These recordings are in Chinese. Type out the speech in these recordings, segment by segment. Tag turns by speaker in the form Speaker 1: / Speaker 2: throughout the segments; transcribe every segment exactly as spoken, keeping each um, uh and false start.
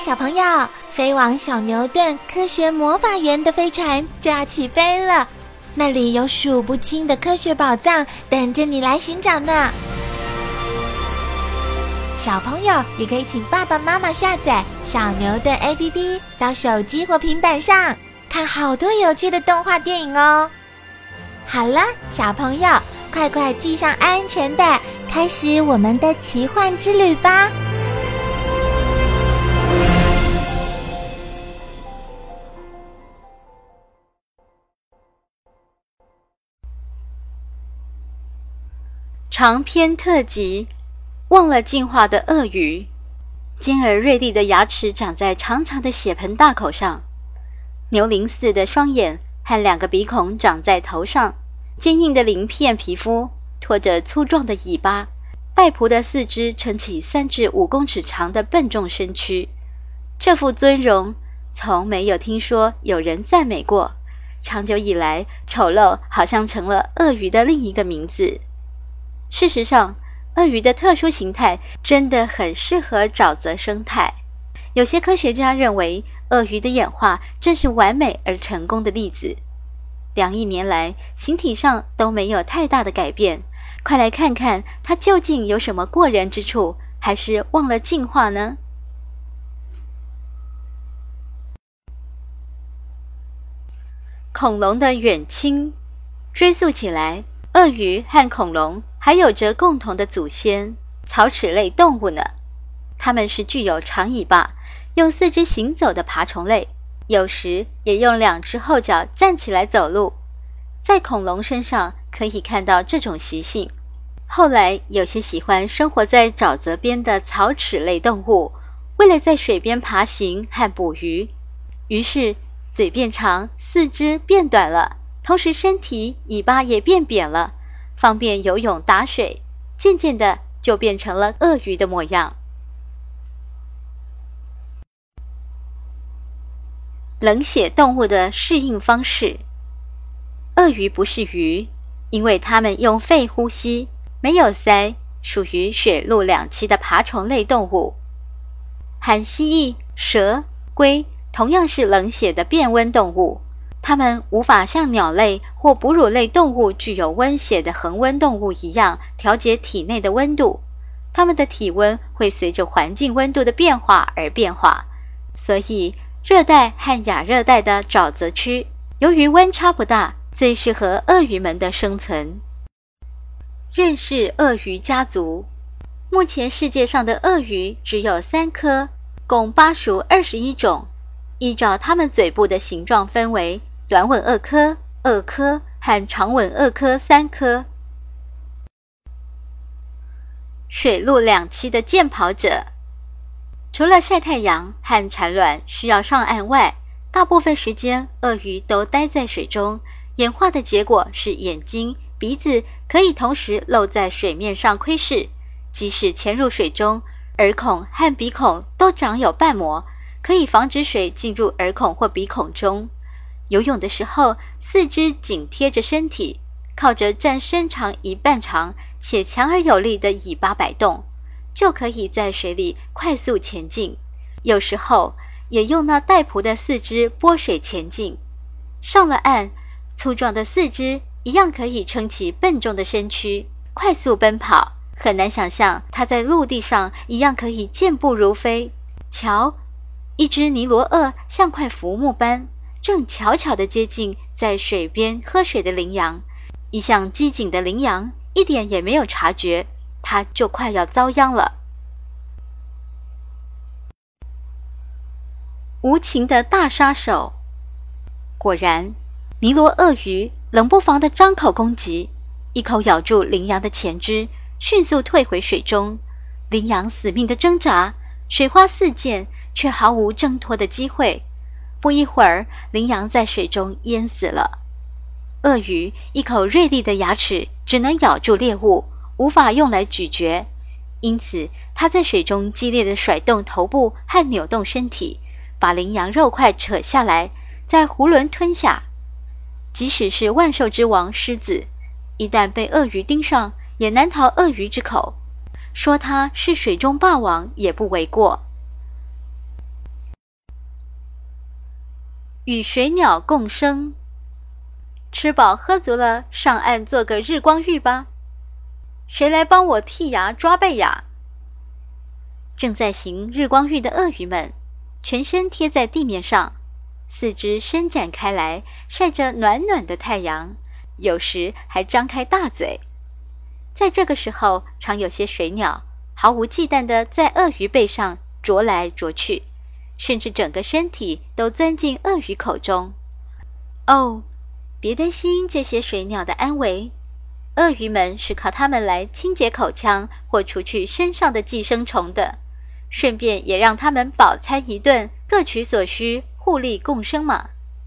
Speaker 1: 小朋友，飞往小牛顿科学魔法园的飞船就要起飞了，那里有数不清的科学宝藏等着你来寻找呢。小朋友也可以请爸爸妈妈下载小牛顿 A P P 到手机或平板上，看好多有趣的动画电影哦。好了，小朋友，快快系上安全带，开始我们的奇幻之旅吧。
Speaker 2: 长篇特辑：忘了进化的鳄鱼。尖而锐利的牙齿长在长长的血盆大口上，牛铃似的双眼和两个鼻孔长在头上，坚硬的鳞片皮肤拖着粗壮的尾巴，带蹼的四肢撑起三至五公尺长的笨重身躯。这副尊容，从没有听说有人赞美过。长久以来，丑陋好像成了鳄鱼的另一个名字。事实上，鳄鱼的特殊形态真的很适合沼泽生态。有些科学家认为，鳄鱼的演化正是完美而成功的例子。两亿年来，形体上都没有太大的改变。快来看看它究竟有什么过人之处，还是忘了进化呢？恐龙的远亲。追溯起来，鳄鱼和恐龙还有着共同的祖先——草齿类动物呢。它们是具有长尾巴、用四肢行走的爬虫类，有时也用两只后脚站起来走路。在恐龙身上可以看到这种习性。后来，有些喜欢生活在沼泽边的草齿类动物，为了在水边爬行和捕鱼，于是嘴变长，四肢变短了，同时身体尾巴也变扁了，方便游泳打水，渐渐的就变成了鳄鱼的模样。冷血动物的适应方式。鳄鱼不是鱼，因为它们用肺呼吸，没有鳃，属于水陆两栖的爬虫类动物。和蜥蜴、蛇、龟同样是冷血的变温动物，它们无法像鸟类或哺乳类动物具有温血的恒温动物一样调节体内的温度，它们的体温会随着环境温度的变化而变化，所以热带和亚热带的沼泽区，由于温差不大，最适合鳄鱼们的生存。认识鳄鱼家族。目前世界上的鳄鱼只有三科，共八属二十一种，依照它们嘴部的形状分为短吻鳄科、鳄科和长吻鳄科三科。水陆两栖的健跑者。除了晒太阳和产卵需要上岸外，大部分时间鳄鱼都待在水中，演化的结果是眼睛、鼻子可以同时露在水面上窥视，即使潜入水中，耳孔和鼻孔都长有瓣膜，可以防止水进入耳孔或鼻孔中。游泳的时候，四肢紧贴着身体，靠着占身长一半长且强而有力的尾巴摆动，就可以在水里快速前进。有时候也用那带蹼的四肢拨水前进。上了岸，粗壮的四肢一样可以撑起笨重的身躯，快速奔跑。很难想象它在陆地上一样可以健步如飞。瞧，一只尼罗鳄像块浮木般，正悄悄地接近在水边喝水的羚羊。一向机警的羚羊一点也没有察觉，它就快要遭殃了。无情的大杀手。果然，尼罗鳄鱼冷不防地张口攻击，一口咬住羚羊的前肢，迅速退回水中。羚羊死命地挣扎，水花四溅，却毫无挣脱的机会。不一会儿，羚羊在水中淹死了。鳄鱼一口锐利的牙齿只能咬住猎物，无法用来咀嚼，因此它在水中激烈地甩动头部和扭动身体，把羚羊肉块扯下来，再囫囵吞下。即使是万兽之王狮子，一旦被鳄鱼盯上，也难逃鳄鱼之口，说它是水中霸王也不为过。 与水鸟共生。吃饱喝足了，上岸做个日光浴吧。谁来帮我剔牙抓背呀？正在行日光浴的鳄鱼们，全身贴在地面上，四肢伸展开来，晒着暖暖的太阳，有时还张开大嘴。在这个时候，常有些水鸟毫无忌惮地在鳄鱼背上啄来啄去，甚至整个身体都钻进鳄鱼口中。哦，别担心这些水鸟的安危，鳄鱼们是靠它们来清洁口腔或除去身上的寄生虫的，顺便也让它们饱餐一顿，各取所需，互利共生嘛。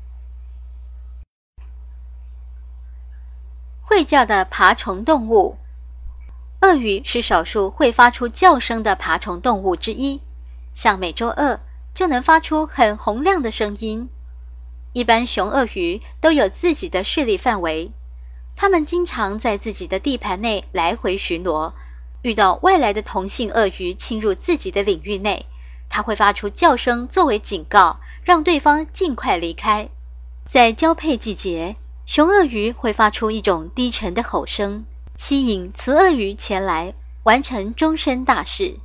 Speaker 2: 会叫的爬虫动物。鳄鱼是少数会发出叫声的爬虫动物之一，像美洲鳄就能发出很洪亮的声音。一般雄鳄鱼都有自己的势力范围，它们经常在自己的地盘内来回巡逻，遇到外来的同性鳄鱼侵入自己的领域内，它会发出叫声作为警告，让对方尽快离开。在交配季节，雄鳄鱼会发出一种低沉的吼声，吸引雌鳄鱼前来，完成终身大事。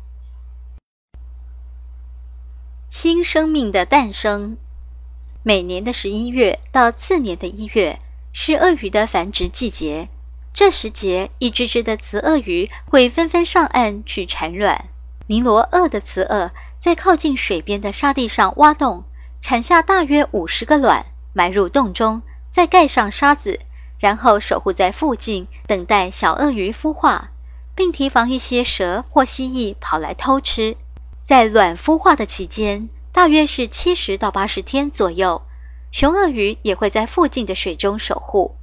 Speaker 2: 新生命的诞生。每年的十一月到次年的一月是鳄鱼的繁殖季节，这时节一只只的雌鳄鱼会纷纷上岸去产卵。尼罗鳄的雌鳄在靠近水边的沙地上挖洞，产下大约五十个卵，埋入洞中，再盖上沙子，然后守护在附近，等待小鳄鱼孵化，并提防一些蛇或蜥蜴跑来偷吃。在卵孵化的期间，大约是七十到八十天左右，雄鳄鱼也会在附近的水中守护。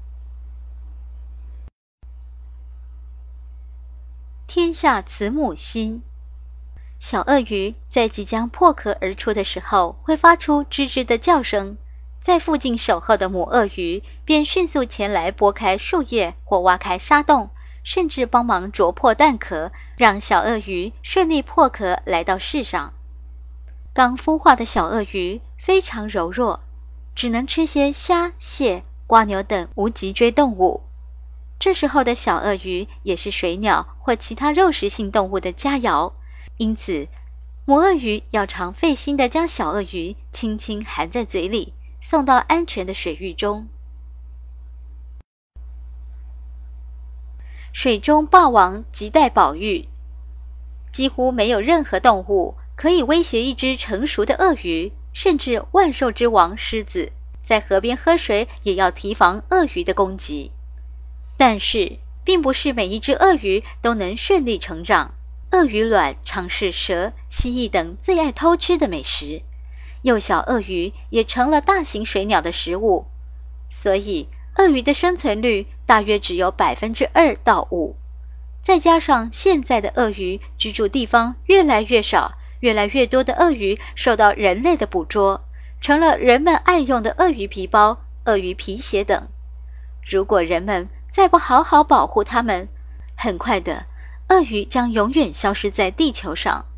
Speaker 2: 天下慈母心。小鳄鱼在即将破壳而出的时候，会发出吱吱的叫声，在附近守候的母鳄鱼便迅速前来拨开树叶或挖开沙洞，甚至帮忙啄破蛋壳，让小鳄鱼顺利破壳来到世上。刚孵化的小鳄鱼非常柔弱，只能吃些虾、蟹、蜗牛等无脊椎动物。这时候的小鳄鱼也是水鸟或其他肉食性动物的佳肴，因此母鳄鱼要常费心地将小鳄鱼轻轻含在嘴里，送到安全的水域中。水中霸王亟待保育。几乎没有任何动物可以威胁一只成熟的鳄鱼，甚至万兽之王狮子在河边喝水也要提防鳄鱼的攻击。但是并不是每一只鳄鱼都能顺利成长，鳄鱼卵常是蛇、蜥蜴等最爱偷吃的美食，幼小鳄鱼也成了大型水鸟的食物，所以鳄鱼的生存率大约只有 百分之二到五。 再加上现在的鳄鱼居住地方越来越少，越来越多的鳄鱼受到人类的捕捉，成了人们爱用的鳄鱼皮包、鳄鱼皮鞋等。如果人们再不好好保护它们，很快的，鳄鱼将永远消失在地球上。